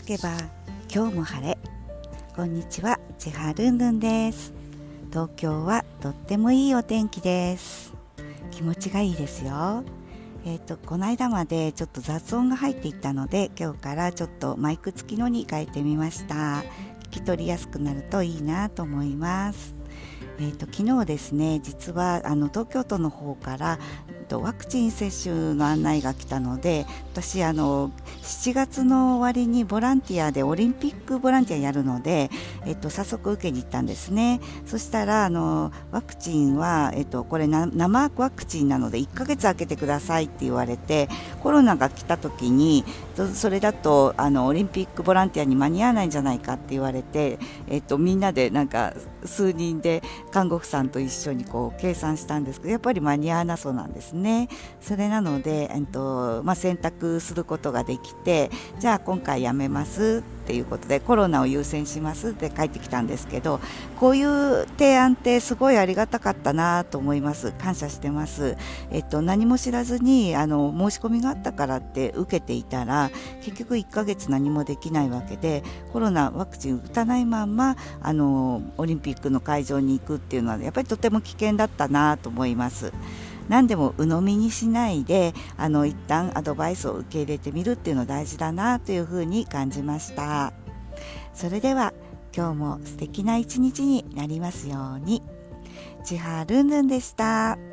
けば今日も晴れ。こんにちは、ちはるんるんです。東京はとってもいいお天気です。気持ちがいいですよ。この間までちょっと雑音が入っていたので、今日からちょっとマイク付きのに変えてみました。聞き取りやすくなるといいなと思います。昨日ですね、実は東京都の方からワクチン接種の案内が来たので、私7月の終わりにボランティアでオリンピックボランティアやるので、早速受けに行ったんですね。そしたらワクチンは、これ生ワクチンなので1ヶ月空けてくださいって言われて、コロナが来た時にそれだとオリンピックボランティアに間に合わないんじゃないかって言われて、みんなでなんか数人で看護婦さんと一緒に計算したんですけど、やっぱり間に合わなそうなんですね。それなので、選択することができて、じゃあ今回やめますっていうことでコロナを優先しますって帰ってきたんですけど、こういう提案ってすごいありがたかったなと思います。感謝してます。何も知らずに申し込みがあったからって受けていたら、結局1ヶ月何もできないわけで、コロナワクチン打たないまんまオリンピックの会場に行くっていうのはやっぱりとても危険だったなと思います。何でも鵜呑みにしないで一旦アドバイスを受け入れてみるっていうの大事だなというふうに感じました。それでは今日も素敵な一日になりますように。ちはるんるんでした。